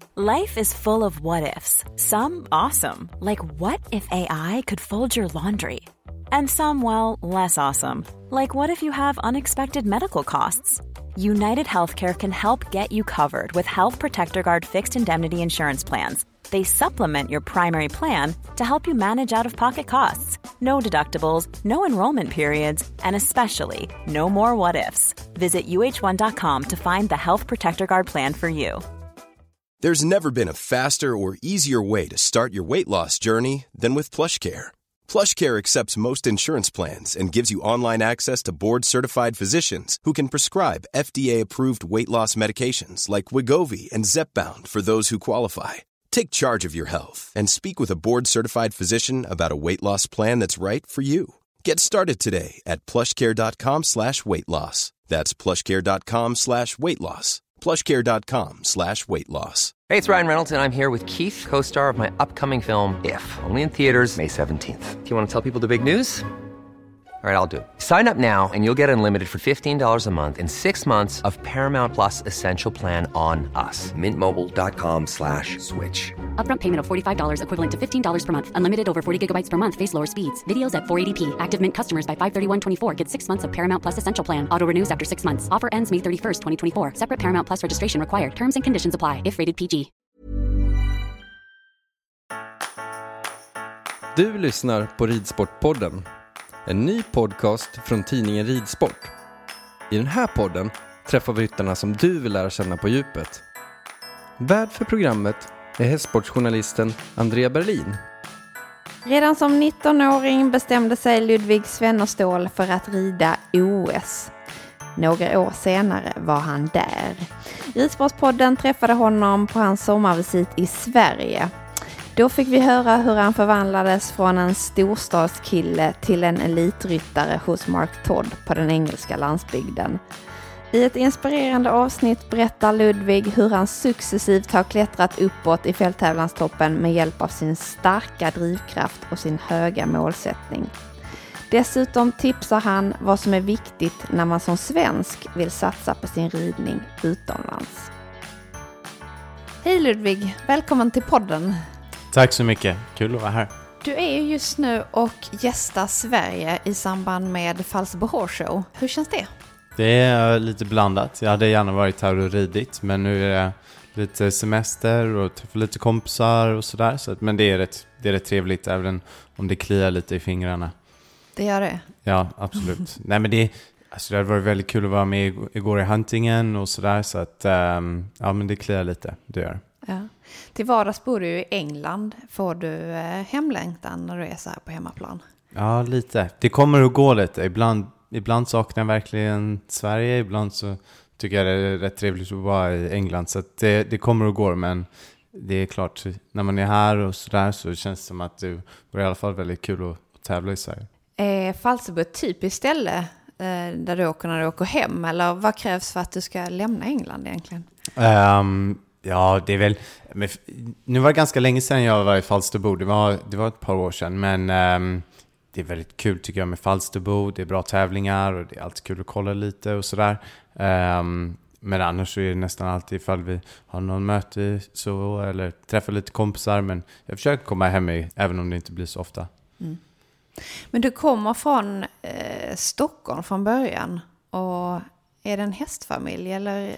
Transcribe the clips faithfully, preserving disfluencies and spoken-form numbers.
Life is full of what-ifs. Some awesome, like what if A I could fold your laundry? And some, well, less awesome, like what if you have unexpected medical costs? United Healthcare can help get you covered with Health Protector Guard fixed indemnity insurance plans. They supplement your primary plan to help you manage out-of-pocket costs. No deductibles, no enrollment periods, and especially no more what-ifs. Visit U H one dot com to find the Health Protector Guard plan for you. There's never been a faster or easier way to start your weight loss journey than with PlushCare. PlushCare accepts most insurance plans and gives you online access to board-certified physicians who can prescribe F D A-approved weight loss medications like Wegovy and Zepbound for those who qualify. Take charge of your health and speak with a board-certified physician about a weight loss plan that's right for you. Get started today at plushcare.com slash weight loss. That's plushcare.com slash weight loss. plushcare.com slash weight loss. Hey, it's Ryan Reynolds, and I'm here with Keith, co-star of my upcoming film, If, only in theaters May seventeenth. Do you want to tell people the big news? All right, I'll do it. Sign up now and you'll get unlimited for fifteen dollars a month and six months of Paramount Plus Essential Plan on us. Mint Mobile dot com slash switch. Upfront payment of forty-five dollars equivalent to fifteen dollars per month. Unlimited over forty gigabytes per month. Face lower speeds. Videos at four eighty p. Active Mint customers by five thirty-one twenty-four get six months of Paramount Plus Essential Plan. Auto renews after six months. Offer ends May thirty-first, twenty twenty-four. Separate Paramount Plus registration required. Terms and conditions apply if rated P G. Du lyssnar på Ridsportpodden. En ny podcast från tidningen Ridsport. I den här podden träffar vi ryttarna som du vill lära känna på djupet. Värd för programmet är hästsportsjournalisten Andrea Berlin. Redan som nittonåring bestämde sig Ludvig Svennerstål för att rida O S. Några år senare var han där. Ridsportspodden träffade honom på hans sommarvisit i Sverige. Då fick vi höra hur han förvandlades från en storstadskille till en elitryttare hos Mark Todd på den engelska landsbygden. I ett inspirerande avsnitt berättar Ludvig hur han successivt har klättrat uppåt i fälttävlanstoppen med hjälp av sin starka drivkraft och sin höga målsättning. Dessutom tipsar han vad som är viktigt när man som svensk vill satsa på sin ridning utomlands. Hej Ludvig, välkommen till podden. Tack så mycket, kul att vara här. Du är ju just nu och gästar Sverige i samband med Falsterbo Horse Show. Hur känns det? Det är lite blandat. Jag hade gärna varit här och ridit, men nu är det lite semester och träffa lite kompisar och sådär. Så, men det är, rätt, det är rätt trevligt, även om det kliar lite i fingrarna. Det gör det? Ja, absolut. Nej, men det, alltså det hade varit väldigt kul att vara med igår i Huntingen och sådär. Så att, um, ja, men det kliar lite, det gör. Ja. Till vardags bor du i England. Får du eh, hemlängtan när du är så här på hemmaplan? Ja, lite. Det kommer att gå lite. Ibland, ibland saknar jag verkligen Sverige. Ibland så tycker jag det är rätt trevligt att vara i England. Så att det, det kommer att gå. Men det är klart, när man är här och sådär så känns det som att det var i alla fall väldigt kul att, att tävla i Sverige. Är Falsterbo ett typiskt ställe eh, där du åker när du åker hem? Eller vad krävs för att du ska lämna England egentligen? Um, Ja, det är väl... Men, nu var det ganska länge sedan jag var i Falsterbo. Det var, det var ett par år sedan. Men um, det är väldigt kul tycker jag med Falsterbo. Det är bra tävlingar och det är alltid kul att kolla lite och sådär. Um, men annars så är det nästan alltid ifall vi har någon möte så, eller träffar lite kompisar. Men jag försöker komma hem i, även om det inte blir så ofta. Mm. Men du kommer från eh, Stockholm från början. Och är det en hästfamilj eller...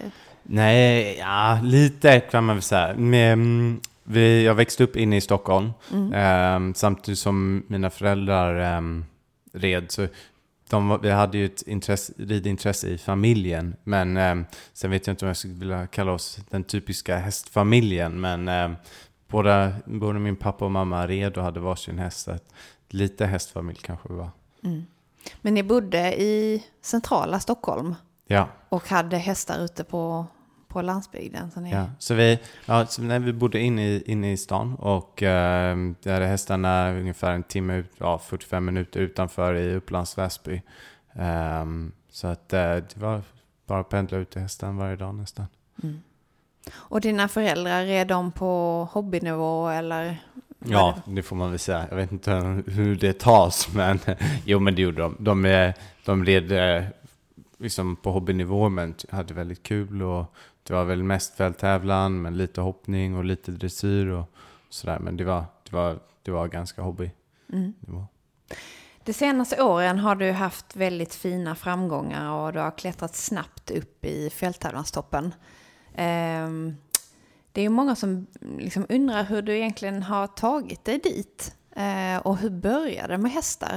Nej, ja, lite kan man väl säga. Men, vi, jag växte upp inne i Stockholm. Mm. Eh, samtidigt som mina föräldrar eh, red. Så de, vi hade ju ett intresse, ridintresse i familjen. Men eh, sen vet jag inte om jag skulle vilja kalla oss den typiska hästfamiljen. Men eh, båda, både min pappa och mamma red och hade varsin häst. Så lite hästfamilj kanske vi var. Mm. Men ni bodde i centrala Stockholm? Ja. Och hade hästar ute på, på landsbygden. Så, ja. så, vi, ja, så när vi bodde inne i, inne i stan och eh, vi hade hästarna ungefär en timme, ut, ja, fyrtiofem minuter utanför i Upplands Väsby. Um, så att eh, det var bara att pendla ut till hästen varje dag nästan. Mm. Och dina föräldrar, är de på hobbynivå eller? Ja, det får man väl säga. Jag vet inte hur det tas, men jo, men det gjorde de. De, de red liksom på hobbynivå, men hade väldigt kul och det var väl mest fälttävlan, men lite hoppning och lite dressyr och sådär. Men det var, det var, det var ganska hobby. Mm. Det var. De senaste åren har du haft väldigt fina framgångar och du har klättrat snabbt upp i fälttävlanstoppen. Um, det är ju många som liksom undrar hur du egentligen har tagit dig dit uh, och hur började med hästar?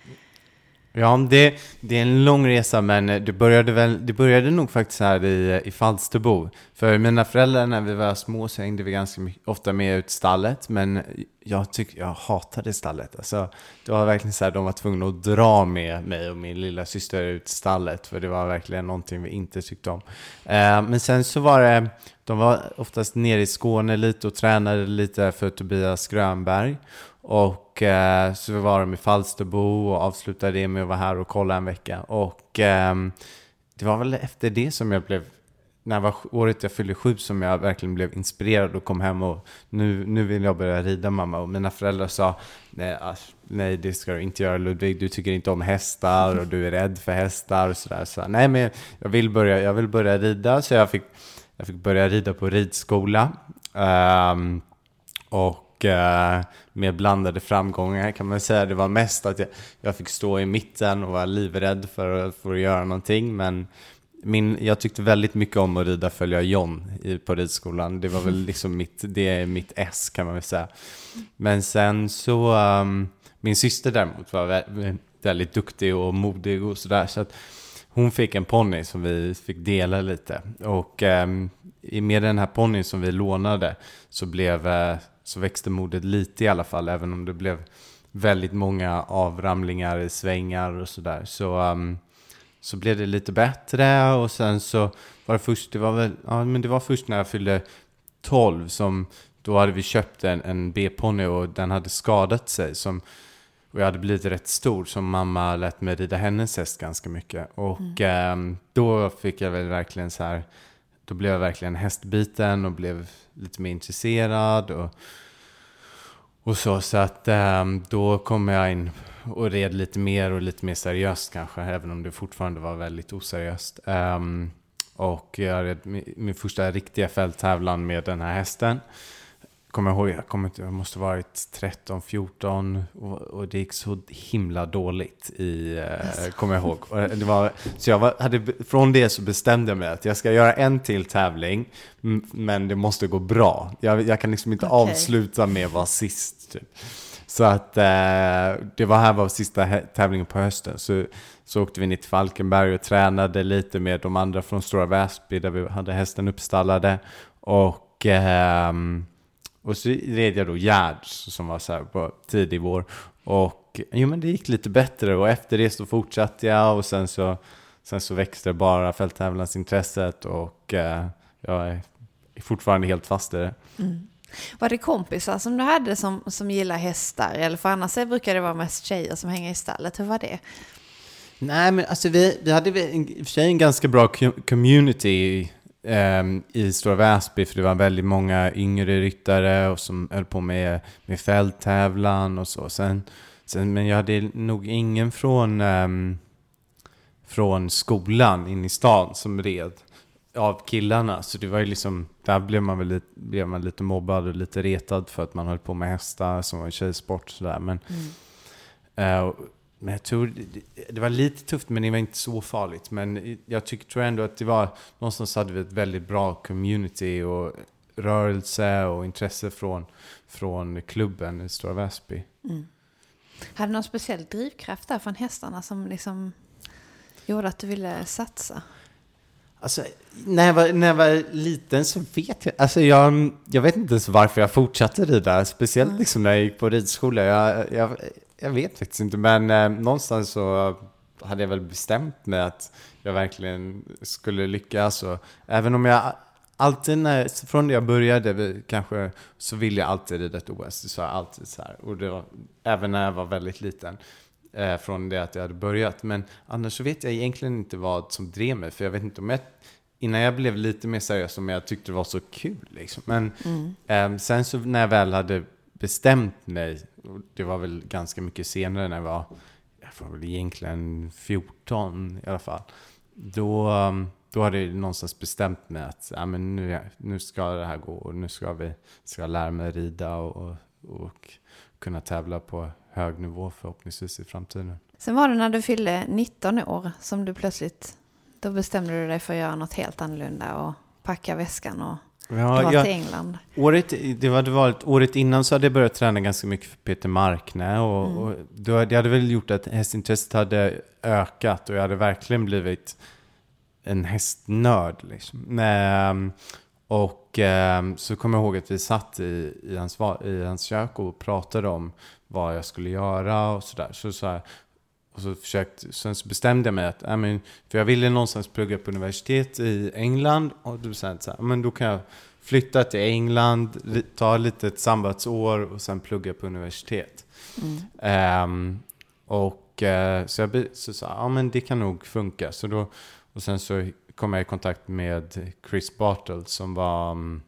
Ja, det, det är en lång resa, men det började, väl, det började nog faktiskt här i, i Falsterbo. För mina föräldrar när vi var små så hängde vi ganska mycket, ofta med ut stallet, men jag tycker jag hatade stallet. Alltså, det var verkligen så här, de var tvungna att dra med mig och min lilla syster ut stallet, för det var verkligen någonting vi inte tyckte om. Eh, men sen så var det, de var oftast nere i Skåne lite och tränade lite för Tobias Grönberg. Och eh, så var de i Falsterbo och avslutade det med att vara här och kolla en vecka. Och eh, det var väl efter det som jag blev, när jag var året jag fyllde sju, som jag verkligen blev inspirerad och kom hem och nu, nu vill jag börja rida, mamma. Och mina föräldrar sa, nej, nej det ska du inte göra, Ludvig, du tycker inte om hästar och du är rädd för hästar och sådär. Så nej, men jag vill börja, jag vill börja rida, så jag fick, jag fick börja rida på ridskola. Um, och med blandade framgångar kan man säga. Det var mest att jag, jag fick stå i mitten och vara livrädd för, för att göra någonting. Men min, jag tyckte väldigt mycket om att rida följa John i, på ridskolan. Det var väl liksom mitt, det är mitt S kan man väl säga. Men sen så, um, min syster däremot var vä- väldigt duktig och modig och sådär. Så att hon fick en ponny som vi fick dela lite. Och um, med den här ponnyn som vi lånade så blev... Uh, så växte modet lite i alla fall, även om det blev väldigt många avramlingar i svängar och sådär. Så, um, så blev det lite bättre, och sen så var det först, det var väl, ja, men det var först när jag fyllde tolv som, då hade vi köpt en, en B-ponny och den hade skadat sig som, och jag hade blivit rätt stor, som mamma lät mig rida hennes häst ganska mycket. Och mm. um, då fick jag väl verkligen så här, då blev jag verkligen hästbiten och blev lite mer intresserad och, och så. Så att um, då kom jag in och red lite mer och lite mer seriöst kanske, även om det fortfarande var väldigt oseriöst. Um, och jag red min, min första riktiga fälttävlan med den här hästen. Kommer jag ihåg, jag, kommer inte, jag måste ha varit tretton fjorton och, och det gick så himla dåligt i, eh, kommer jag ihåg. Och det var, så jag var, hade, från det så bestämde jag mig att jag ska göra en till tävling, m- men det måste gå bra. Jag, jag kan liksom inte okay. avsluta med att vara sist. Typ. Så att eh, det var här var sista he- tävlingen på hösten. Så, så åkte vi ner till Falkenberg och tränade lite med de andra från Stora Väsby där vi hade hästen uppstallade. Och... Eh, Och så red jag då Gärds som var så här på tidig vår. Och jo, men det gick lite bättre. Och efter det så fortsatte jag. Och sen så, sen så växte bara fälttävlansintresset. Och eh, jag är fortfarande helt fast i det. Mm. Var det kompisar som du hade som, som gillar hästar? Eller för annars brukar det vara mest tjejer som hänger i stallet. Hur var det? Nej, men alltså vi, vi hade i och för sig en ganska bra community Um, i Stora Väsby, för det var väldigt många yngre ryttare och som höll på med, med fälttävlan och så. Sen, sen, men jag hade nog ingen från, um, från skolan in i stan som red av killarna. Så det var ju liksom, där blev man väl lite, blev man lite mobbad och lite retad för att man höll på med hästar som var en tjejsport. Sådär. Men, mm. uh, Men jag tror det, det var lite tufft, men det var inte så farligt. Men jag tycker, tror ändå att det var, någonstans hade vi ett väldigt bra community och rörelse och intresse från, från klubben i Stora Väsby. Mm. Hade du någon speciell drivkraft där från hästarna som liksom gjorde att du ville satsa? Alltså, när jag var, när jag var liten så vet jag, alltså jag, jag vet inte ens varför jag fortsatte rida, speciellt mm. liksom när jag gick på ridskola. Jag, jag, jag vet faktiskt inte, men eh, någonstans så hade jag väl bestämt mig att jag verkligen skulle lyckas. Och även om jag alltid, när, från det jag började kanske, så ville jag alltid rida ett O S. Det sa jag alltid så här. Och det var, även när jag var väldigt liten. Eh, från det att jag hade börjat. Men annars så vet jag egentligen inte vad som drev mig. För jag vet inte om jag, innan jag blev lite mer seriös, om jag tyckte det var så kul. Liksom. Men mm. eh, sen så när jag väl hade bestämt mig, det var väl ganska mycket senare när jag var, jag var väl egentligen fjorton i alla fall. Då, då hade jag någonstans bestämt mig att ja, men nu, nu ska det här gå och nu ska vi ska lära mig rida och, och, och kunna tävla på hög nivå förhoppningsvis i framtiden. Sen var det när du fyllde nitton år som du plötsligt, då bestämde du dig för att göra något helt annorlunda och packa väskan och ja, dra jag, till England. Året, det var, det var, året innan så hade jag börjat träna ganska mycket för Peter Markne och, Mm. och då, det hade väl gjort att hästintresset hade ökat och jag hade verkligen blivit en hästnörd liksom. Ehm, och ehm, så kommer jag ihåg att vi satt i, i, hans, i hans kök och pratade om vad jag skulle göra och sådär. Så, så här, och så försökte, sen så bestämde jag mig att äh, men, för jag ville någonstans plugga på universitet i England och då sa jag så här, men då kan jag flytta till England, ta lite ett sambatsår och sen plugga på universitet. Mm. Ehm, och uh, så jag så sa, ja men det kan nog funka. Så då, och sen så kom jag i kontakt med Chris Bartle som var um,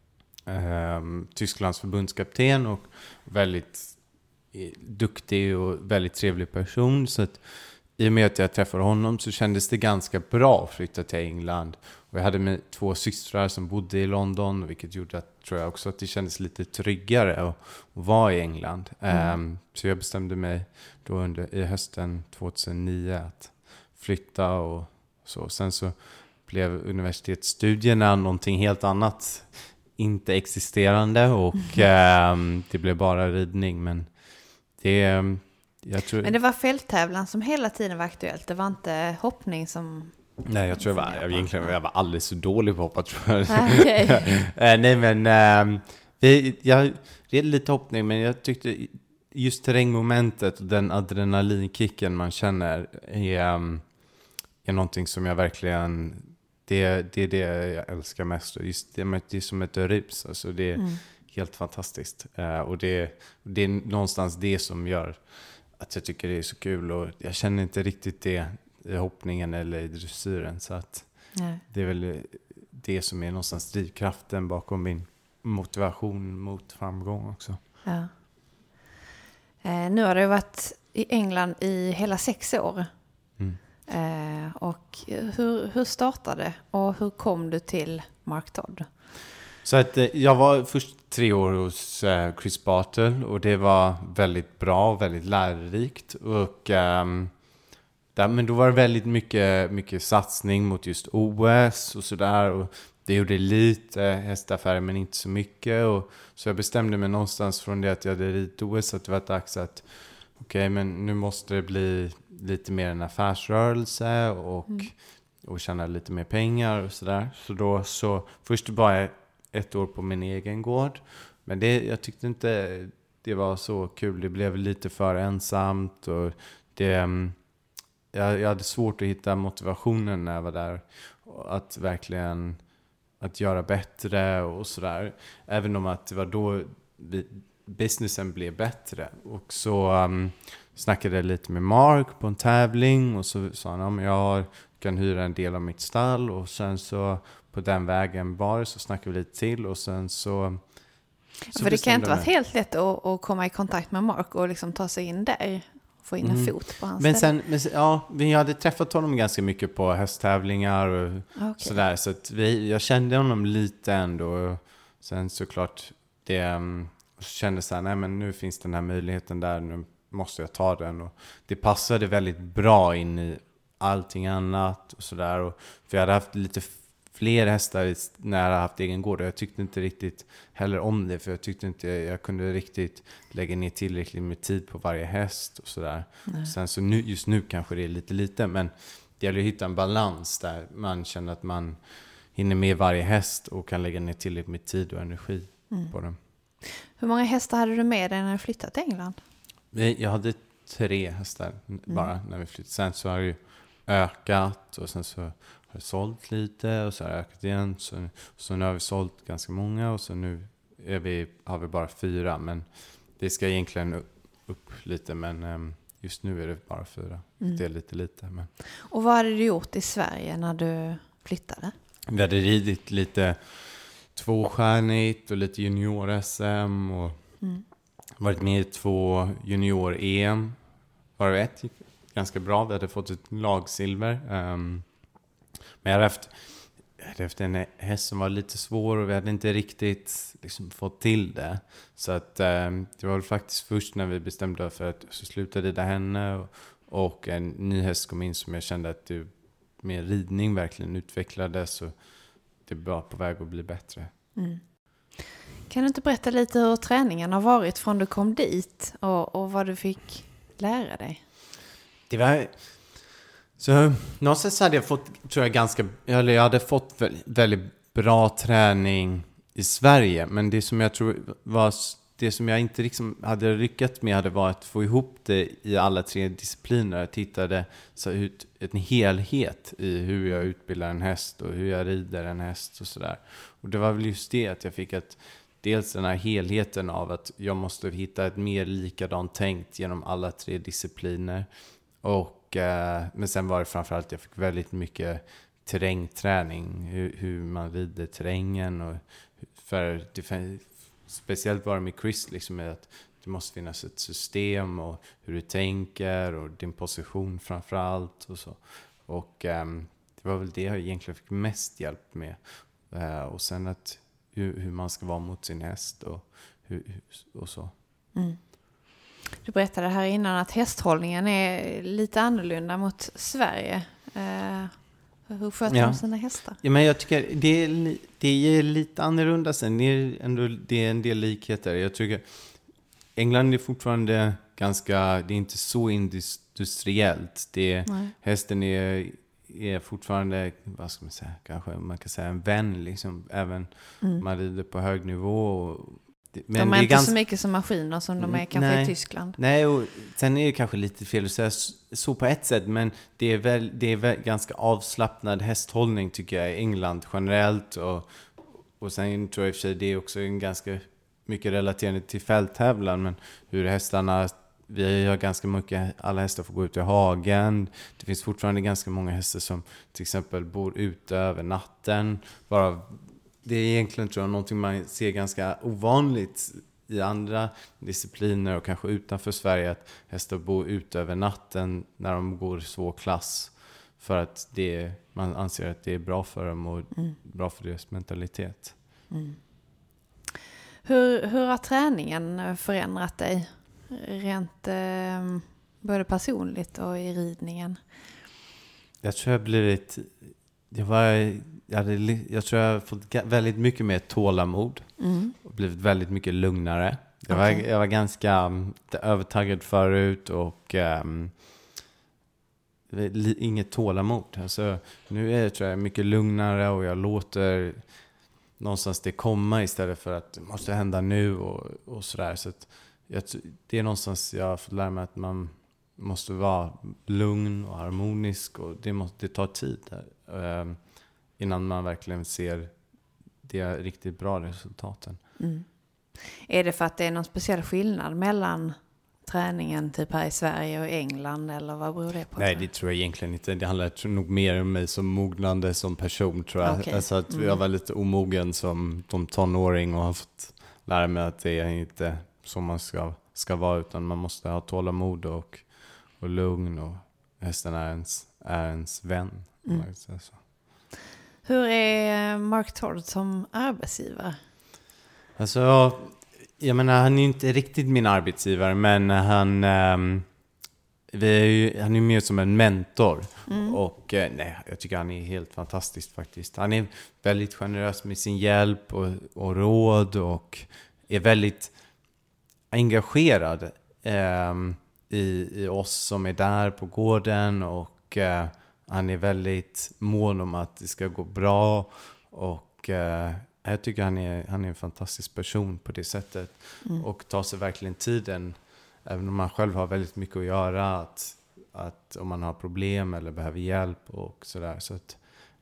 um, Tysklands förbundskapten och väldigt duktig och väldigt trevlig person. Så att i och med att jag träffade honom så kändes det ganska bra att flytta till England. Och jag hade med två systrar som bodde i London, vilket gjorde att, tror jag också, att det kändes lite tryggare att, att vara i England. Mm. Um, så jag bestämde mig då under, i hösten tjugohundranio att flytta och så. Sen så blev universitetsstudierna någonting helt annat, inte existerande och mm. um, det blev bara ridning. Men det, jag tror... Men det var fälttävlan som hela tiden var aktuellt. Det var inte hoppning som... Nej, jag tror jag var, jag, egentligen, jag var alldeles så dålig på att hoppa, tror jag. Ah, okay. Nej, men äh, vi, jag red lite hoppning, men jag tyckte just terrängmomentet och den adrenalinkicken man känner är, är någonting som jag verkligen... Det, det är det jag älskar mest. Och just det, det är som ett rus. Alltså det är mm. helt fantastiskt. Uh, och det, det är någonstans det som gör att jag tycker det är så kul. Och jag känner inte riktigt det i hoppningen eller i dressyren. Så att Nej. det är väl det som är någonstans drivkraften bakom min motivation mot framgång också. Ja. Eh, nu har du varit i England i hela sex år. Mm. Eh, och hur, hur startade det och hur kom du till Mark Todd? Så att jag var först tre år hos eh, Chris Bartle och det var väldigt bra och väldigt lärorikt. Och, um, där, men då var det väldigt mycket, mycket satsning mot just O S och sådär. Och det gjorde lite hästaffärer men inte så mycket. Och, så jag bestämde mig någonstans från det att jag hade ridit O S att det var dags att okej, okay, men nu måste det bli lite mer en affärsrörelse och, mm. och tjäna lite mer pengar och sådär. Så då så, först var jag ett år på min egen gård. Men det, jag tyckte inte det var så kul. Det blev lite för ensamt och det, jag, jag hade svårt att hitta motivationen när jag var där. Att verkligen att göra bättre och sådär. Även om att det var då vi, businessen blev bättre. Och så um, snackade jag lite med Mark på en tävling och så sa han om ja, jag kan hyra en del av mitt stall och sen så på den vägen var så snackade vi lite till och sen så, så för det kan inte vara helt lätt att, att komma i kontakt med Mark och liksom ta sig in där, få in en mm. fot på hans men ställe. sen, men ja, vi hade träffat honom ganska mycket på hästtävlingar och okay. sådär, så att vi, jag kände honom lite ändå och sen såklart det um, kände så här, nej men nu finns den här möjligheten där, nu måste jag ta den och det passade väldigt bra in i allting annat och sådär. För jag hade haft lite fler hästar när jag hade haft egen gård och jag tyckte inte riktigt heller om det, för jag tyckte inte jag kunde riktigt lägga ner tillräckligt med tid på varje häst och sådär. Sen så nu, just nu kanske det är lite lite, men det gäller att hitta en balans där man känner att man hinner med varje häst och kan lägga ner tillräckligt med tid och energi mm. på dem. Hur många hästar hade du med dig när du flyttade till England? Jag hade tre hästar bara mm. när vi flyttade. Sen så har det ju ökat och sen så har jag sålt lite och så har det ökat igen. Så, så nu har vi sålt ganska många och så nu är vi, har vi bara fyra. Men det ska egentligen upp lite, men just nu är det bara fyra. Mm. Det är lite lite. Men. Och vad hade du gjort i Sverige när du flyttade? Vi hade ridit lite tvåstjärnigt och lite junior-S M och mm. varit med i två junior-E M. Var det ett gick ganska bra. Vi hade fått ett lagsilver. Um, Men jag hade haft, jag hade haft en häst som var lite svår och vi hade inte riktigt liksom fått till det. Så att eh, det var väl faktiskt först när vi bestämde för att så slutade rida henne och, och en ny häst kom in som jag kände att det, med ridning verkligen utvecklades och det var på väg att bli bättre. Mm. Kan du inte berätta lite hur träningen har varit från du kom dit och, och vad du fick lära dig? Det var... Så någonstans hade jag fått, tror jag, ganska... Eller jag hade fått väldigt, väldigt bra träning i Sverige. Men det som jag tror var... Det som jag inte liksom hade lyckats med hade varit att få ihop det i alla tre discipliner. Jag tittade så ut en helhet i hur jag utbildar en häst och hur jag rider en häst och sådär. Och det var väl just det att jag fick att dels den här helheten av att jag måste hitta ett mer likadant tänkt genom alla tre discipliner. Och, eh, men sen var det framförallt att jag fick väldigt mycket terrängträning. Hur, hur man rider terrängen. Och för det, speciellt var det med Chris liksom, att det måste finnas ett system och hur du tänker och din position framförallt och så. Och eh, det var väl det jag egentligen fick mest hjälp med. Eh, och sen att hur, hur man ska vara mot sin häst och, hur, och så. Mm. Du berättade här innan att hästhållningen är lite annorlunda mot Sverige. Eh, hur sköter ja. de sina hästar? Ja, men jag tycker det är, det är lite annorlunda sen. Det är, ändå, det är en del likheter. Jag tycker England är fortfarande ganska, det är inte så industriellt. Det, hästen är, är fortfarande, vad ska man säga, kanske man kan säga en vän liksom. Även mm. man rider på hög nivå och men de är, det är inte ganska... så mycket som maskiner som de är kanske nej, i Tyskland. Nej, och sen är det kanske lite fel att säga så på ett sätt. Men det är väl, det är väl ganska avslappnad hästhållning tycker jag i England generellt. Och, och sen tror jag i och för sig det är också en ganska mycket relaterande till fälttävlan. Men hur hästarna, vi har ganska mycket, alla hästar får gå ut i hagen. Det finns fortfarande ganska många hästar som till exempel bor ute över natten. Bara... Det är egentligen tror jag någonting man ser ganska ovanligt i andra discipliner och kanske utanför Sverige att hästar bor ute över natten när de går svår klass för att det, man anser att det är bra för dem och mm. bra för deras mentalitet. Mm. Hur, hur har träningen förändrat dig rent eh, både personligt och i ridningen? Jag tror jag har blivit... Det var, jag, hade, jag tror jag har fått väldigt mycket mer tålamod mm. och blivit väldigt mycket lugnare. Jag, okay. var, jag var ganska um, övertaggad förut och um, inget tålamod. Alltså, nu är jag tror jag mycket lugnare och jag låter någonstans det komma istället för att det måste hända nu och, och sådär. Så att jag, det är någonstans jag har fått lära mig att man måste vara lugn och harmonisk och det, måste, det tar tid där. Uh, innan man verkligen ser de riktigt bra resultaten. Mm. Är det för att det är någon speciell skillnad mellan träningen typ här i Sverige och England eller vad beror det på? Nej, det tror jag egentligen inte. Det handlar nog mer om mig som mognande som person tror jag. Okay. Alltså att mm. jag var lite omogen som, som tonåring och har fått lära mig att det är inte så man ska, ska vara utan man måste ha tålamod och, och lugn och hästen är ens, är ens vän. Mm. Så. Hur är Mark Todd som arbetsgivare? Alltså, jag menar, han är inte riktigt min arbetsgivare, men han, um, vi är ju, han är mer som en mentor. Mm. Och uh, nej, jag tycker han är helt fantastisk faktiskt. Han är väldigt generös med sin hjälp och, och råd och är väldigt engagerad um, i, i oss som är där på gården och uh, han är väldigt mån om att det ska gå bra och uh, jag tycker han är, han är en fantastisk person på det sättet mm. och tar sig verkligen tiden, även om man själv har väldigt mycket att göra, att, att om man har problem eller behöver hjälp och sådär. Så att,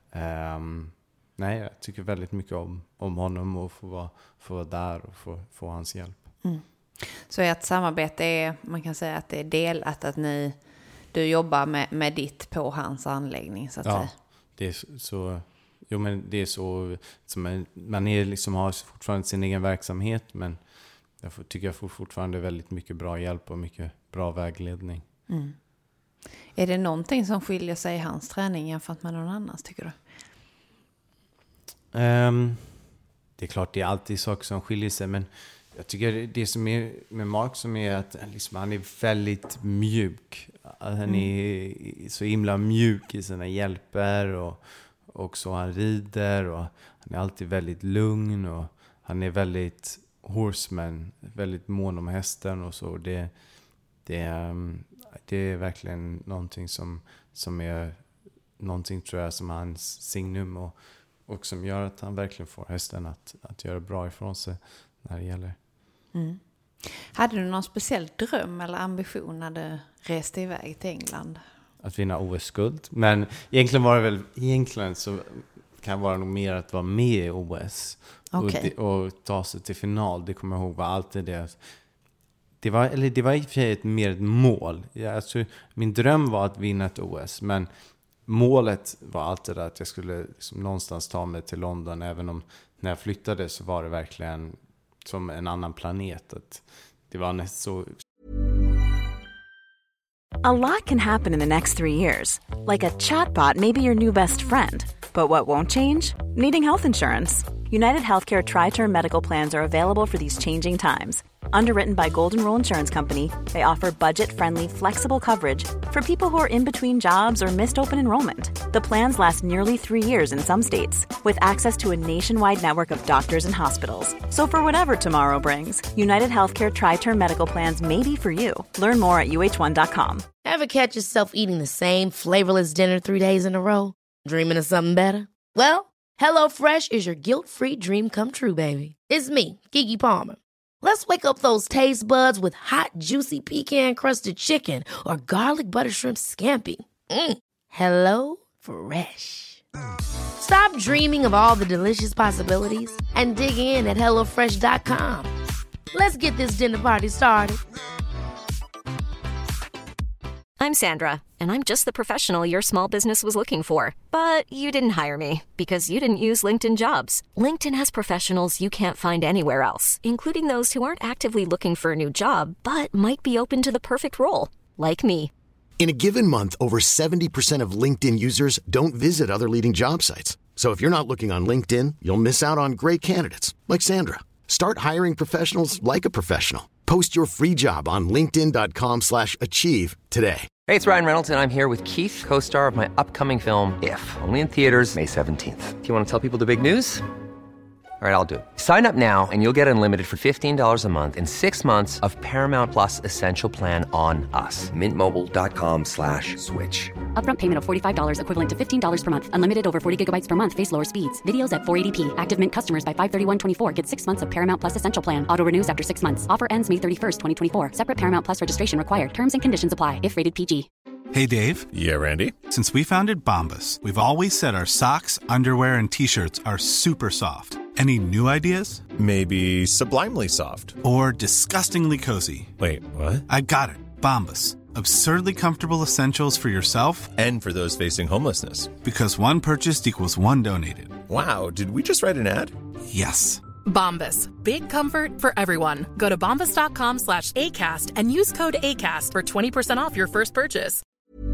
um, nej, jag tycker väldigt mycket om, om honom och få vara, få vara där och få, få hans hjälp. Mm. Så ert samarbete är, man kan säga att det är delat, att ni, du jobbar med, med ditt på hans anläggning så att ja, säga. Det är så... Jo, men det är så som man, man är liksom har fortfarande sin egen verksamhet, men jag får, tycker jag får fortfarande väldigt mycket bra hjälp och mycket bra vägledning. Mm. Är det någonting som skiljer sig i hans träning jämfört med någon annans, tycker du? Um, det är klart, det är alltid saker som skiljer sig, men jag tycker det som är med Mark som är att liksom, han är väldigt mjuk. Han är så himla mjuk i sina hjälper och, och så han rider, och han är alltid väldigt lugn, och han är väldigt horseman, väldigt mån om hästen och så. Det, det, det är verkligen någonting som, som är någonting, tror jag, som är hans signum, och, och som gör att han verkligen får hästen att, att göra bra ifrån sig när det gäller. Mm. Hade du någon speciell dröm eller ambition när du reste iväg till England? Att vinna O S-guld. Men egentligen var det väl, egentligen så kan det vara nog mer att vara med i O S. Okay. Och, och ta sig till final. Det kommer jag ihåg var alltid det. Det var, eller det var i och för sig ett, mer ett mål. Jag, alltså, min dröm var att vinna ett O S. Men målet var alltid att jag skulle liksom någonstans ta mig till London. Även om när jag flyttade så var det verkligen som en annan planet. Att det var nästan så. A lot can happen in the next three years. Like a chatbot may be your new best friend. But what won't change? Needing health insurance. United Healthcare Tri-Term Medical Plans are available for these changing times. Underwritten by Golden Rule Insurance Company, they offer budget-friendly, flexible coverage for people who are in between jobs or missed open enrollment. The plans last nearly three years in some states, with access to a nationwide network of doctors and hospitals. So for whatever tomorrow brings, United Healthcare Tri-Term Medical Plans may be for you. Learn more at U H one dot com. Ever catch yourself eating the same flavorless dinner three days in a row? Dreaming of something better? Well, HelloFresh is your guilt-free dream come true, baby. It's me, Keke Palmer. Let's wake up those taste buds with hot, juicy pecan-crusted chicken or garlic butter shrimp scampi. Mm. Hello Fresh. Stop dreaming of all the delicious possibilities and dig in at hello fresh dot com. Let's get this dinner party started. I'm Sandra, and I'm just the professional your small business was looking for. But you didn't hire me because you didn't use LinkedIn Jobs. LinkedIn has professionals you can't find anywhere else, including those who aren't actively looking for a new job, but might be open to the perfect role, like me. In a given month, over seventy percent of LinkedIn users don't visit other leading job sites. So if you're not looking on LinkedIn, you'll miss out on great candidates, like Sandra. Start hiring professionals like a professional. Post your free job on linkedin dot com slash achieve today. Hey, it's Ryan Reynolds, and I'm here with Keith, co-star of my upcoming film, If, only in theaters May seventeenth. Do you want to tell people the big news? All right, I'll do it. Sign up now and you'll get unlimited for fifteen dollars a month and six months of Paramount Plus Essential Plan on us. Mint Mobile dot com slash switch. Upfront payment of forty-five dollars equivalent to fifteen dollars per month. Unlimited over forty gigabytes per month. Face lower speeds. Videos at four eighty p. Active Mint customers by five thirty-one twenty-four get six months of Paramount Plus Essential Plan. Auto renews after six months. Offer ends May thirty-first, twenty twenty-four. Separate Paramount Plus registration required. Terms and conditions apply if rated P G. Hey, Dave. Yeah, Randy. Since we founded Bombas, we've always said our socks, underwear, and T-shirts are super soft. Any new ideas? Maybe sublimely soft. Or disgustingly cozy. Wait, what? I got it. Bombas. Absurdly comfortable essentials for yourself and for those facing homelessness. Because one purchased equals one donated. Wow, did we just write an ad? Yes. Bombas. Big comfort for everyone. Go to bombas dot com slash ACAST and use code ACAST for twenty percent off your first purchase.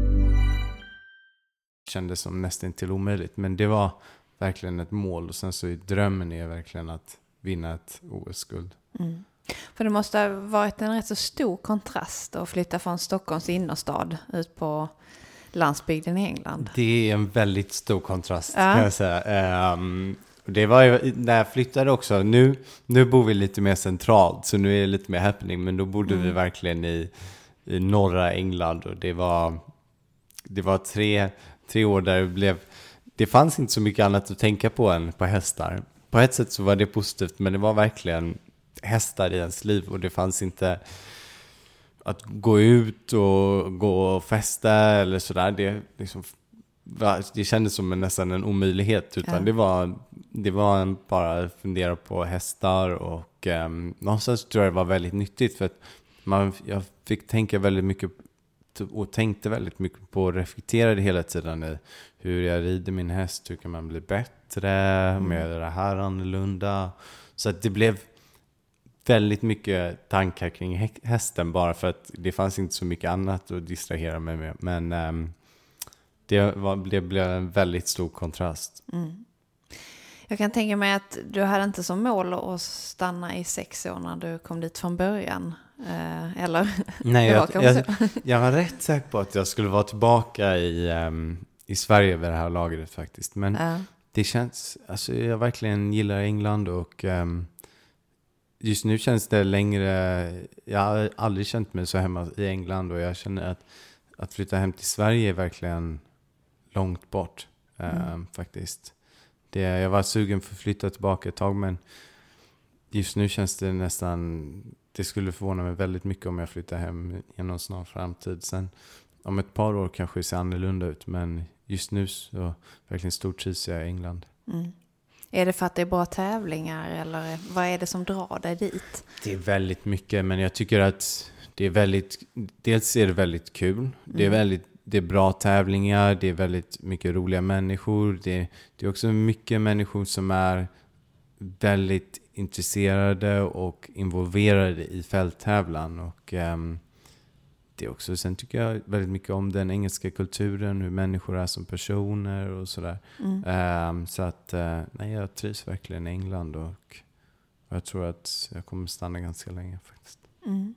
Kändes som nästan till omöjligt, men det var verkligen ett mål, och sen så är drömmen är verkligen att vinna ett O S-guld. Mm. För det måste ha varit en rätt så stor kontrast att flytta från Stockholms innerstad ut på landsbygden i England. Det är en väldigt stor kontrast, ja. kan jag säga. Um, det var ju när jag flyttade också. Nu, nu bor vi lite mer centralt, så nu är det lite mer happening, men då bodde mm. vi verkligen i, i norra England, och det var, det var tre, tre år där det blev... Det fanns inte så mycket annat att tänka på än på hästar. På ett sätt så var det positivt, men det var verkligen hästar i ens liv, och det fanns inte att gå ut och gå och festa eller sådär. Det, liksom, det kändes som en, nästan en omöjlighet, utan ja. det var, det var en, bara fundera på hästar, och um, någonstans tror jag det var väldigt nyttigt, för att man, jag fick tänka väldigt mycket och tänkte väldigt mycket på och reflekterade hela tiden i hur jag rider min häst, hur kan man bli bättre, om jag gör det här annorlunda. Så att det blev väldigt mycket tankar kring hä- hästen bara för att det fanns inte så mycket annat att distrahera mig med. Men um, det, var, det blev en väldigt stor kontrast. Mm. Jag kan tänka mig att du hade inte som mål att stanna i sex år när du kom dit från början. Eh, eller? Nej, jag, jag, jag var rätt säker på att jag skulle vara tillbaka i, um, i Sverige vid det här lagret faktiskt. Men uh. det känns, alltså jag verkligen gillar England och um, just nu känns det längre, jag har aldrig känt mig så hemma i England och jag känner att, att flytta hem till Sverige är verkligen långt bort mm. um, faktiskt. Det, jag var sugen för att flytta tillbaka ett tag men just nu känns det nästan, det skulle förvåna mig väldigt mycket om jag flyttar hem i någon snar framtid. Sen om ett par år kanske det ser annorlunda ut men just nu så verkligen stortrivs jag i England. Mm. Är det för att det är bra tävlingar eller vad är det som drar dig dit? Det är väldigt mycket men jag tycker att det är väldigt, dels är det väldigt kul. Mm. Det är väldigt, det är bra tävlingar, det är väldigt mycket roliga människor. Det, det är också mycket människor som är väldigt intresserade och involverade i fälttävlan och um, det är också, sen tycker jag väldigt mycket om den engelska kulturen, hur människor är som personer och sådär. Mm. Um, så att uh, nej, jag trivs verkligen i England och jag tror att jag kommer stanna ganska länge faktiskt. Mm.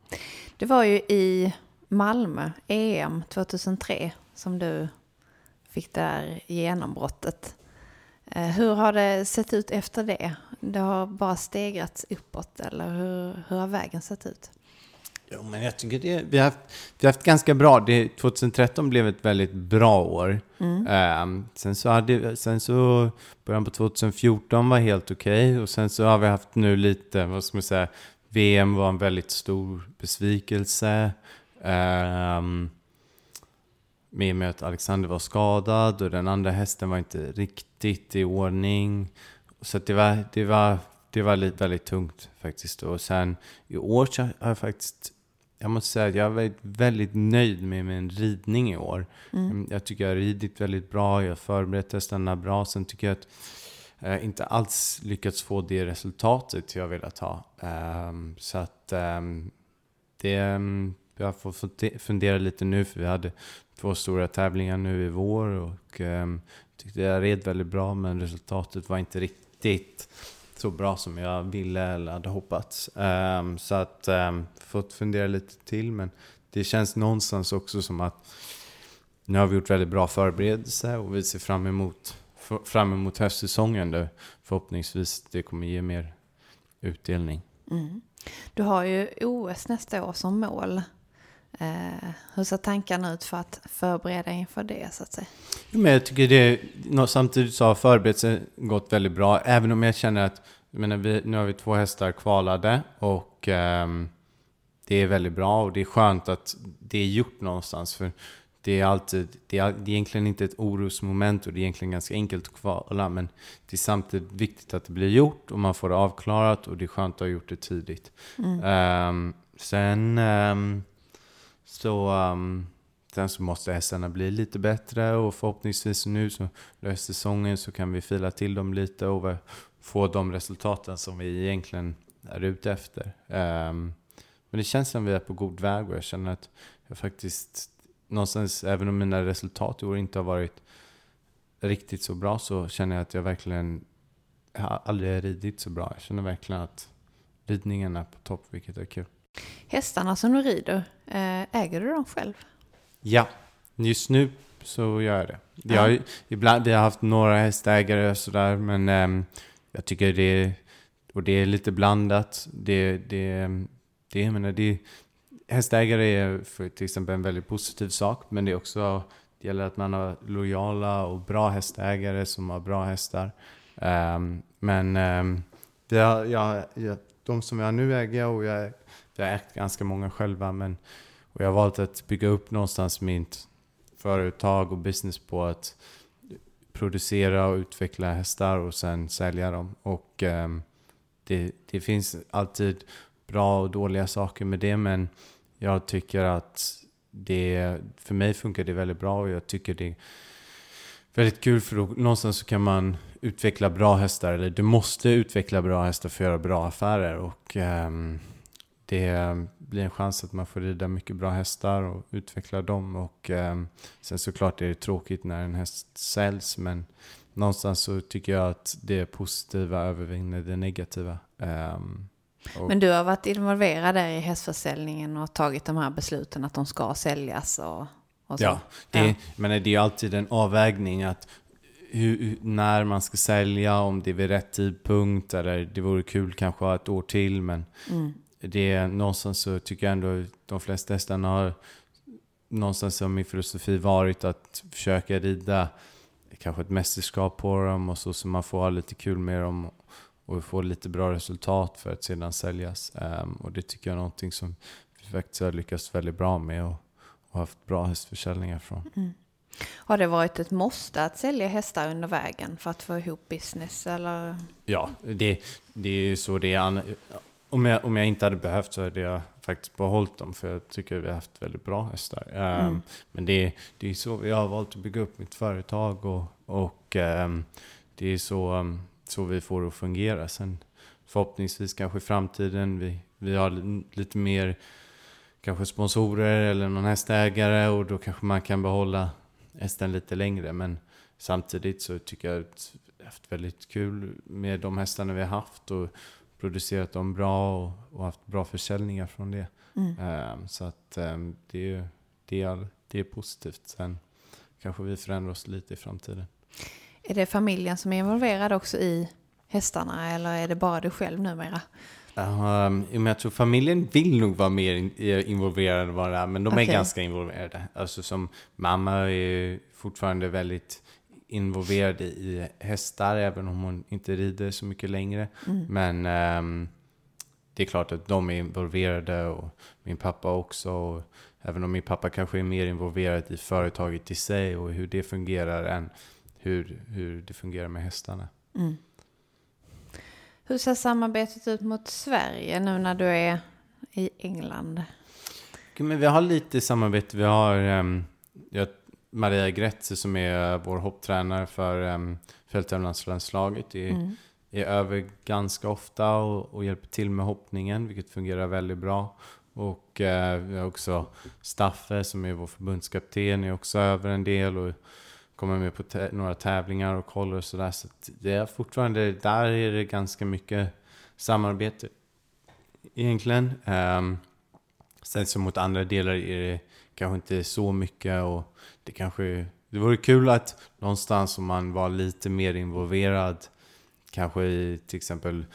Det var ju i Malmö, E M tjugohundratre, som du fick där genombrottet. Uh, hur har det sett ut efter det? Det har bara stegrats uppåt eller hur, hur har vägen sett ut? Jo, men jag tycker det, vi har haft, vi har haft ganska bra. Det, tjugohundratretton blev ett väldigt bra år. Mm. Um, sen så hade, sen så början på tjugohundrafjorton var helt okej. Okay, och sen så har vi haft nu lite, vad ska man säga, V M var en väldigt stor besvikelse. Um, med och med att Alexander var skadad och den andra hästen var inte riktigt i ordning. Så att det var, det var, det var lite, väldigt tungt faktiskt. Och sen i år så har jag faktiskt, jag måste säga att jag har varit väldigt nöjd med min ridning i år. Mm. Jag tycker jag har ridit väldigt bra, jag har förberett hästarna bra. Sen tycker jag att jag inte alls lyckats få det resultatet jag velat ha. Um, så att um, det, um, jag får fundera lite nu för vi hade två stora tävlingar nu i vår och um, tyckte jag red väldigt bra men resultatet var inte riktigt så bra som jag ville eller hade hoppats. Um, så att um, fått fundera lite till men det känns någonstans också som att nu har vi gjort väldigt bra förberedelse och vi ser fram emot fram emot höstsäsongen där förhoppningsvis det kommer ge mer utdelning. Mm. Du har ju O S nästa år som mål. Eh, hur ser tankarna ut för att förbereda inför det så att säga? Ja, men jag tycker det samtidigt så har förberedelsen gått väldigt bra även om jag känner att jag menar, vi, nu har vi två hästar kvalade och eh, det är väldigt bra och det är skönt att det är gjort någonstans för det är alltid, det är, det är egentligen inte ett orosmoment och det är egentligen ganska enkelt att kvala men det är samtidigt viktigt att det blir gjort och man får det avklarat och det är skönt att ha gjort det tidigt. Mm. Um, sen, um, så, um, sen så måste hästarna bli lite bättre och förhoppningsvis nu så löser säsongen så kan vi fila till dem lite och få de resultaten som vi egentligen är ute efter. Um, men det känns som vi är på god väg och jag känner att jag faktiskt någonstans, även om mina resultat i år inte har varit riktigt så bra så känner jag att jag verkligen jag har aldrig ridit så bra. Jag känner verkligen att ridningen är på topp, vilket är kul. Hästarna som du rider, äger du dem själv? Ja, just nu så gör jag det. Jag har, ibland, vi har haft några hästägare och sådär, men äm, jag tycker det, och det är lite blandat. Det, det, det, jag menar, det hästägare är för till exempel en väldigt positiv sak, men det är också det gäller att man har lojala och bra hästägare som har bra hästar. Um, men um, det har, jag, jag, de som jag nu äger och jag, jag har ägt ganska många själva, men och jag har valt att bygga upp någonstans mitt företag och business på att producera och utveckla hästar och sen sälja dem. Och um, det, det finns alltid bra och dåliga saker med det, men jag tycker att det, för mig funkar det väldigt bra och jag tycker det väldigt kul, för då, någonstans så kan man utveckla bra hästar, eller du måste utveckla bra hästar för att göra bra affärer, och um, det blir en chans att man får rida mycket bra hästar och utveckla dem, och um, sen såklart är det tråkigt när en häst säljs, men någonstans så tycker jag att det positiva övervinner det negativa. Um, och men du har varit involverad där i hästförsäljningen och tagit de här besluten att de ska säljas och, och så. Ja, det, ja. men det är ju alltid en avvägning att hur, när man ska sälja, om det är vid rätt tidpunkt, eller det vore kul kanske ett år till, men mm. det är någonstans så tycker jag ändå att de flesta hästarna har någonstans som min filosofi varit att försöka rida kanske ett mästerskap på dem, och så, så man får ha lite kul med dem och få lite bra resultat för att sedan säljas. Um, och det tycker jag är någonting som vi faktiskt har lyckats väldigt bra med och, och haft bra hästförsäljningar från. Mm. Har det varit ett måste att sälja hästar under vägen för att få ihop business? Eller? Ja, det, det är ju så det är. Om jag, om jag inte hade behövt så hade jag faktiskt behållit dem, för jag tycker vi har haft väldigt bra hästar. Um, mm. Men det, det är så jag har valt att bygga upp mitt företag, och, och um, det är så, um, så vi får det att fungera. Sen förhoppningsvis kanske i framtiden vi, vi har lite mer kanske sponsorer eller någon hästägare, och då kanske man kan behålla hästen lite längre. Men samtidigt så tycker jag att vi har haft väldigt kul med de hästarna vi har haft och producerat dem bra och, och haft bra försäljningar från det. Mm. Um, så att um, det, är, det, är, det är positivt. Sen kanske vi förändrar oss lite i framtiden. Är det familjen som är involverad också i hästarna, eller är det bara du själv numera? Um, jag tror familjen vill nog vara mer involverad än vad det är, men de okay. är ganska involverade. Alltså som mamma är fortfarande väldigt involverad i hästar, även om hon inte rider så mycket längre. Mm. Men um, det är klart att de är involverade, och min pappa också. Och även om min pappa kanske är mer involverad i företaget i sig och hur det fungerar än hur, hur det fungerar med hästarna. Mm. Hur ser samarbetet ut mot Sverige nu när du är i England? Men vi har lite samarbete. Vi har um, jag, Maria Gretze som är vår hopptränare för um, fälttävlanslandslaget är, mm. är över ganska ofta och, och hjälper till med hoppningen, vilket fungerar väldigt bra. Och uh, vi har också Staffe som är vår förbundskapten, är också över en del och kommer med på tä- några tävlingar och kollar och sådär. Så det är fortfarande, där är det ganska mycket samarbete egentligen. Um, sen så mot andra delar är det kanske inte så mycket, och det kanske, det vore kul att någonstans om man var lite mer involverad kanske i till exempel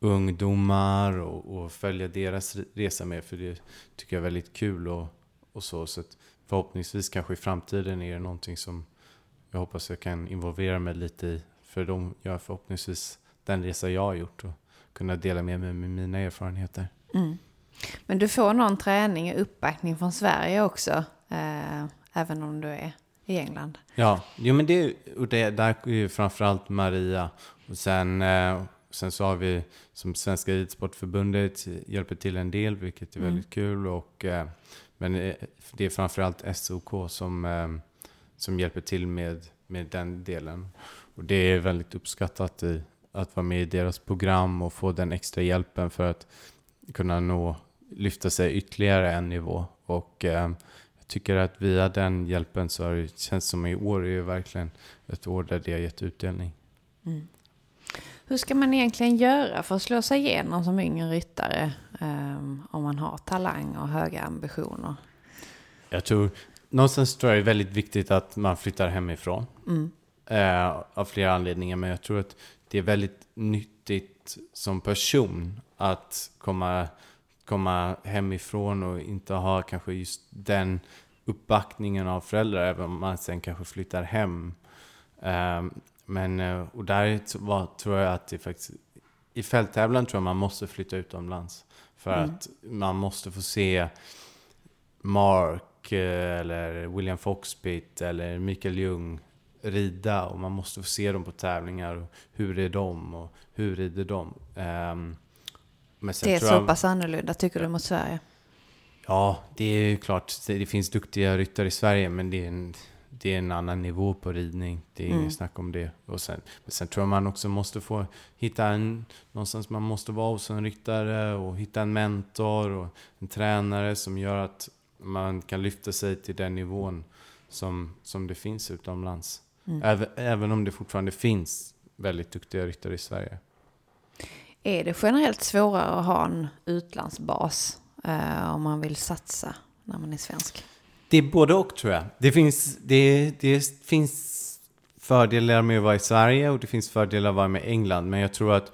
ungdomar och, och följa deras resa med, för det tycker jag är väldigt kul och, och så. Så att förhoppningsvis kanske i framtiden är det någonting som jag hoppas jag kan involvera mig lite i, för de gör förhoppningsvis den resa jag har gjort och kunna dela med mig med mina erfarenheter. Mm. Men du får någon träning och uppbackning från Sverige också, eh, även om du är i England? Ja, jo, men det, och det där är ju framförallt Maria, och sen, eh, sen så har vi som Svenska Ridsportförbundet hjälper till en del, vilket är mm. väldigt kul, och, eh, men det är framförallt S O K som eh, som hjälper till med, med den delen. Och det är väldigt uppskattat i, att vara med i deras program och få den extra hjälpen för att kunna nå, lyfta sig ytterligare en nivå. Och eh, jag tycker att via den hjälpen så har det känns som i år är det verkligen ett år där det har gett utdelning. Mm. Hur ska man egentligen göra för att slå sig igenom som yngre ryttare um, om man har talang och höga ambitioner? Jag tror någonstans tror jag det är väldigt viktigt att man flyttar hemifrån. Mm. Eh, av flera anledningar. Men jag tror att det är väldigt nyttigt som person att komma, komma hemifrån och inte ha kanske just den uppbackningen av föräldrar, även om man sen kanske flyttar hem. Eh, men, och där var, tror jag att det faktiskt, i fälttävlan tror jag man måste flytta utomlands. För mm. att man måste få se Mark eller William Foxpit eller Mikael Ljung rida, och man måste få se dem på tävlingar och hur är de och hur rider de. Um, men det är så jag, pass annorlunda tycker du mot Sverige? Ja, det är ju klart, det, det finns duktiga ryttare i Sverige, men det är, en, det är en annan nivå på ridning. Det är mm. ingen snack om det. Och sen, men sen tror jag man också måste få hitta en, någonstans man måste vara hos en ryttare och hitta en mentor och en tränare som gör att man kan lyfta sig till den nivån som, som det finns utomlands. Mm. Även, även om det fortfarande finns väldigt duktiga ryttare i Sverige. Är det generellt svårare att ha en utlandsbas eh, om man vill satsa när man är svensk? Det är både och, tror jag. Det finns, det, det finns fördelar med att vara i Sverige och det finns fördelar med att vara med England. Men jag tror att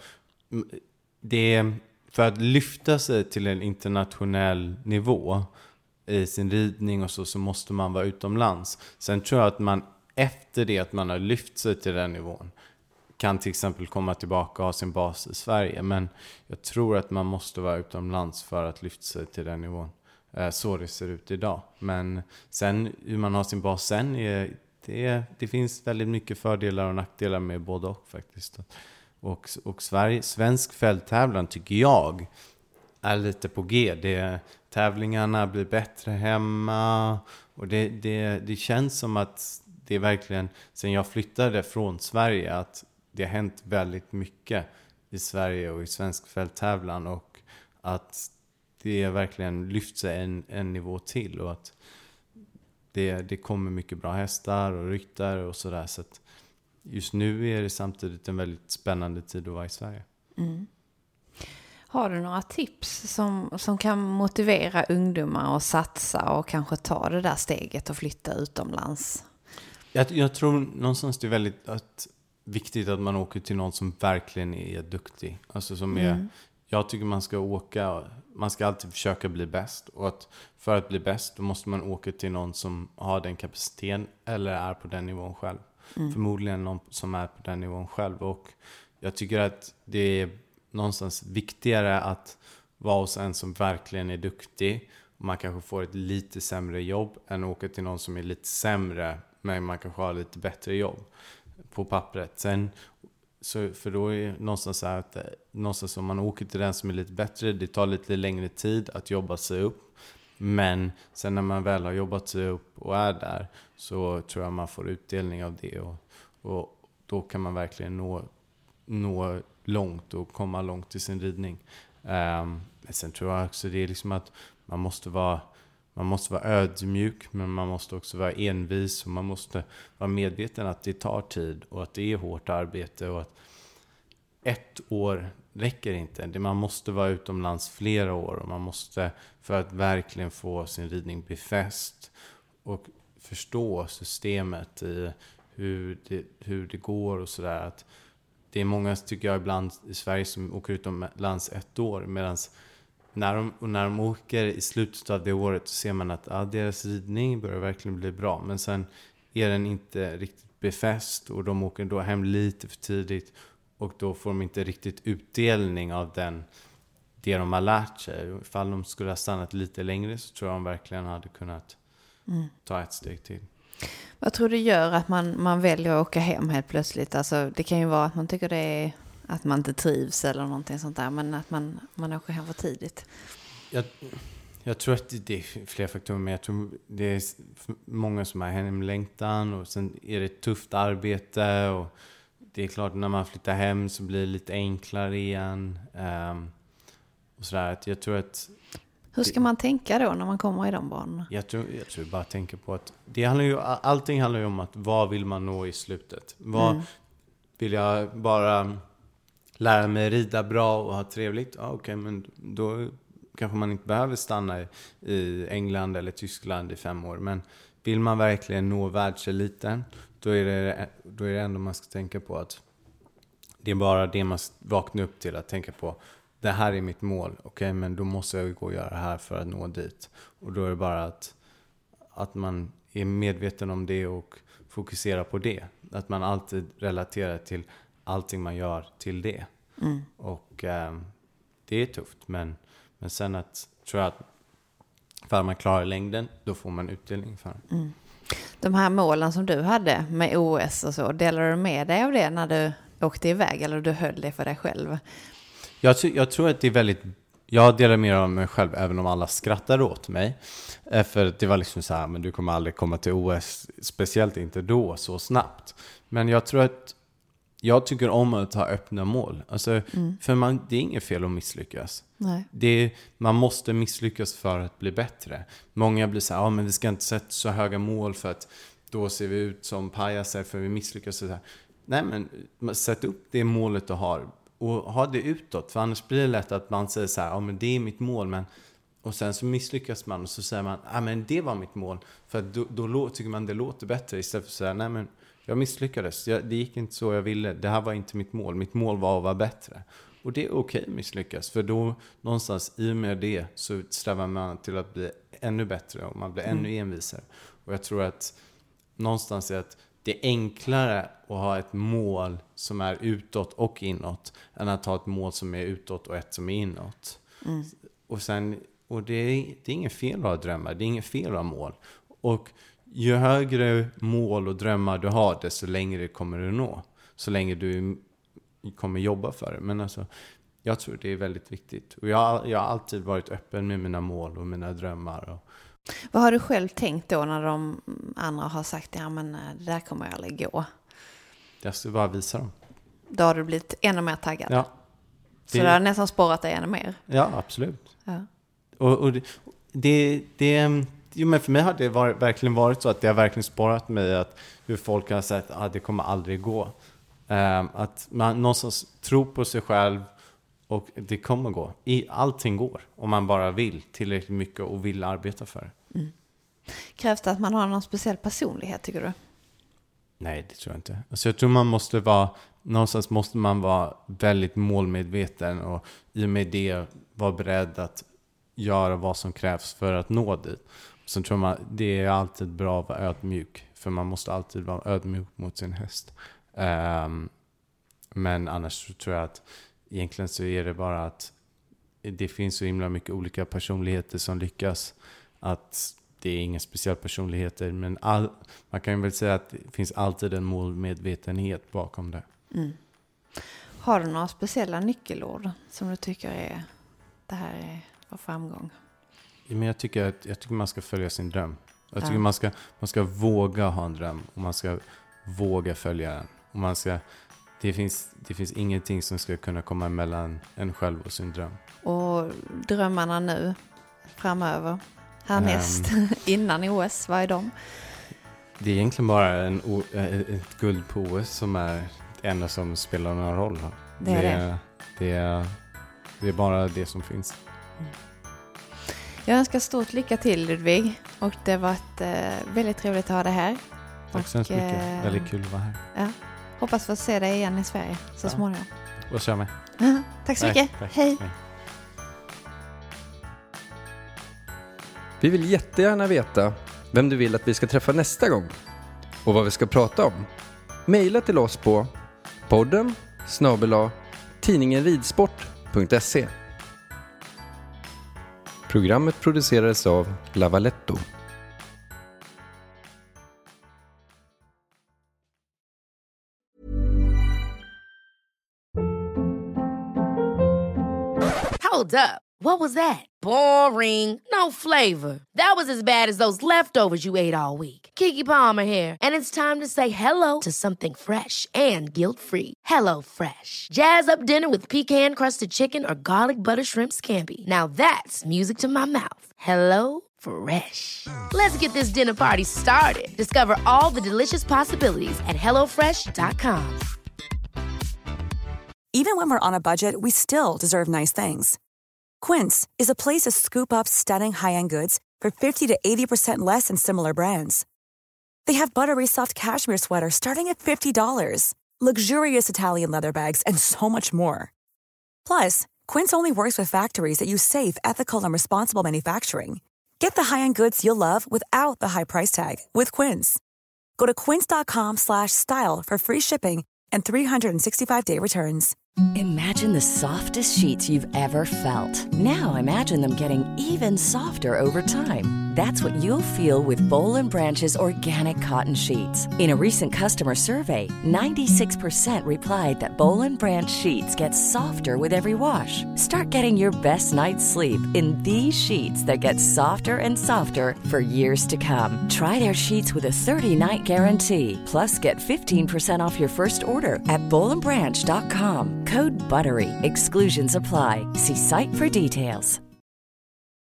det är, för att lyfta sig till en internationell nivå i sin ridning och så, så måste man vara utomlands. Sen tror jag att man efter det att man har lyft sig till den nivån kan till exempel komma tillbaka och ha sin bas i Sverige. Men jag tror att man måste vara utomlands för att lyfta sig till den nivån. Så det ser ut idag. Men sen hur man har sin bas sen är, det, det finns väldigt mycket fördelar och nackdelar med både och faktiskt. Och, och Sverige, svensk fälttävlan tycker jag är lite på G. Det, tävlingarna blir bättre hemma och det, det, det känns som att det är verkligen, sen jag flyttade från Sverige, att det har hänt väldigt mycket i Sverige och i svensk fälttävlan och att det är verkligen lyft sig en, en nivå till och att det, det kommer mycket bra hästar och ryttare och sådär. Så att just nu är det samtidigt en väldigt spännande tid att vara i Sverige. Mm. Har du några tips som, som kan motivera ungdomar att satsa och kanske ta det där steget och flytta utomlands? Jag, jag tror någonstans det är väldigt att, viktigt att man åker till någon som verkligen är duktig. Alltså som är, mm. jag tycker man ska åka, man ska alltid försöka bli bäst. Och att för att bli bäst då måste man åka till någon som har den kapaciteten eller är på den nivån själv. Mm. Förmodligen någon som är på den nivån själv. Och jag tycker att det är någonstans viktigare att vara hos en som verkligen är duktig. Och man kanske får ett lite sämre jobb än att åka till någon som är lite sämre men man kanske har lite bättre jobb på pappret. Sen, så, för då är det någonstans så här att någonstans om man åker till den som är lite bättre, det tar lite längre tid att jobba sig upp. Men sen när man väl har jobbat sig upp och är där så tror jag man får utdelning av det. Och, och då kan man verkligen nå, nå långt och komma långt i sin ridning. Um, sen tror jag också det är liksom att man måste vara Man måste vara ödmjuk, men man måste också vara envis och man måste vara medveten att det tar tid och att det är hårt arbete och att ett år räcker inte. Man måste vara utomlands flera år och man måste, för att verkligen få sin ridning befäst och förstå systemet i hur det, hur det går och sådär. Att det är många, tycker jag, ibland i Sverige som åker utomlands ett år medan När de, och när de åker i slutet av det året så ser man att ja, deras ridning börjar verkligen bli bra. Men sen är den inte riktigt befäst och de åker då hem lite för tidigt. Och då får de inte riktigt utdelning av den, det de har lärt sig. Ifall de skulle ha stannat lite längre så tror jag de verkligen hade kunnat mm. ta ett steg till. Vad tror du gör att man, man väljer att åka hem helt plötsligt? Alltså, det kan ju vara att man tycker det är... att man inte trivs eller någonting sånt där, men att man, man åker hem för tidigt. Jag, jag tror att det är fler faktorer, men jag tror det är många som har hemlängtan och sen är det ett tufft arbete och det är klart när man flyttar hem så blir det lite enklare igen. Um, och sådär. Jag tror att Hur ska man tänka då när man kommer i de banorna? Jag tror, jag tror bara tänka på att det handlar ju, allting handlar ju om att vad vill man nå i slutet? Vad mm. vill jag bara lära mig rida bra och ha trevligt? Ja, okej, okay, men då kanske man inte behöver stanna i, i England eller Tyskland i fem år. Men vill man verkligen nå världseliten, då är det, då är det ändå man ska tänka på att det är bara det man vaknar upp till, att tänka på det här är mitt mål. Okej, okay, men då måste jag gå och göra det här för att nå dit. Och då är det bara att, att man är medveten om det och fokuserar på det. Att man alltid relaterar till allting man gör till det. Mm. Och eh, det är tufft. Men, men sen att, tror jag att för man klarar längden, då får man utdelning för det. Mm. De här målen som du hade med O S och så, delar du med dig av det när du åkte iväg eller du höll det för dig själv? Jag, jag tror att det är väldigt jag delar mer av mig själv, även om alla skrattar åt mig. För det var liksom så här, men du kommer aldrig komma till O S, speciellt inte då, så snabbt. Men jag tror att jag tycker om att ha öppna mål. Alltså, mm. För man, det är inget fel att misslyckas. Nej. Det är, man måste misslyckas för att bli bättre. Många blir så här, ja, men vi ska inte sätta så höga mål för att då ser vi ut som pajaser för vi misslyckas. Så här. Nej, men sätt upp det målet du har och ha det utåt. För annars blir det lätt att man säger så här, ja, men det är mitt mål, men och sen så misslyckas man och så säger man, ja, men det var mitt mål. För då, då tycker man det låter bättre istället för att säga, nej men jag misslyckades. Jag, det gick inte så jag ville. Det här var inte mitt mål. Mitt mål var att vara bättre. Och det är okej att misslyckas. För då någonstans i och med det så strävar man till att bli ännu bättre. Och man blir mm. ännu envisare. Och jag tror att någonstans är att det är enklare att ha ett mål som är utåt och inåt. Än att ha ett mål som är utåt och ett som är inåt. Mm. Och sen, och det är, det är inget fel att ha drömmar. Det är inget fel att ha mål. Och ju högre mål och drömmar du har, desto längre kommer du nå. Så länge du kommer jobba för det. Men alltså, jag tror det är väldigt viktigt. Och jag, jag har alltid varit öppen med mina mål och mina drömmar. Och... Vad har du själv tänkt då när de andra har sagt, ja men det där kommer jag aldrig gå? Jag ska bara visa dem. Då har du blivit ännu mer taggad. Ja. Så det har nästan spårat dig ännu mer. Ja, absolut. Ja. Och, och det... det, det Jo, men för mig har det varit, verkligen varit så att det har verkligen spårat mig att hur folk har sagt att ah, det kommer aldrig gå. Um, att man någonstans tror på sig själv och det kommer gå. I, allting går om man bara vill tillräckligt mycket och vill arbeta för det. Mm. Krävs det att man har någon speciell personlighet, tycker du? Nej, det tror jag inte. Alltså, jag tror man måste vara, någonstans måste man vara väldigt målmedveten och i och med det vara beredd att göra vad som krävs för att nå dit. Sen tror man det är alltid bra att vara ödmjuk. För man måste alltid vara ödmjuk mot sin häst. Um, men annars tror jag att egentligen så är det bara att det finns så himla mycket olika personligheter som lyckas. Att det är inga speciella personligheter. Men all, man kan väl säga att det finns alltid en målmedvetenhet bakom det. Mm. Har du några speciella nyckelord som du tycker är det här är för framgång? Men jag tycker att jag tycker man ska följa sin dröm. Jag tycker ja. man ska man ska våga ha en dröm och man ska våga följa den. Och man ska det finns det finns ingenting som ska kunna komma mellan en själv och sin dröm. Och drömmarna nu framöver härnäst um, innan O S, vad är de? Det är egentligen bara en ett guld på O S som är det enda som spelar någon roll. Det är det. Det, det är det är bara det som finns. Mm. Jag önskar stort lycka till, Ludvig. Och det var ett, eh, väldigt trevligt att ha dig här. Tack så mycket. Eh, väldigt kul att vara här. Ja. Hoppas få se dig igen i Sverige så ja. småningom. Och kör med. Uh-huh. Tack så tack, mycket. Tack. Hej. Hej. Vi vill jättegärna veta vem du vill att vi ska träffa nästa gång. Och vad vi ska prata om. Maila till oss på podden snabel-a tidningen ridsport punkt se. Programmet producerades av Lavaletto. Hold up. What was that? Boring. No flavor. That was as bad as those leftovers you ate all week. Keke Palmer here, and it's time to say hello to something fresh and guilt-free. Hello Fresh. Jazz up dinner with pecan-crusted chicken or garlic butter shrimp scampi. Now that's music to my mouth. Hello Fresh. Let's get this dinner party started. Discover all the delicious possibilities at hello fresh dot com. Even when we're on a budget, we still deserve nice things. Quince is a place to scoop up stunning high-end goods for fifty to eighty percent less than similar brands. They have buttery soft cashmere sweaters starting at fifty dollars, luxurious Italian leather bags, and so much more. Plus, Quince only works with factories that use safe, ethical, and responsible manufacturing. Get the high-end goods you'll love without the high price tag with Quince. Go to quince.com slash style for free shipping and three sixty-five day returns. Imagine the softest sheets you've ever felt. Now imagine them getting even softer over time. That's what you'll feel with Bowl and Branch's organic cotton sheets. In a recent customer survey, ninety-six percent replied that Bowl and Branch sheets get softer with every wash. Start getting your best night's sleep in these sheets that get softer and softer for years to come. Try their sheets with a thirty-night guarantee. Plus, get fifteen percent off your first order at bowl and branch dot com. Code BUTTERY. Exclusions apply. See site for details.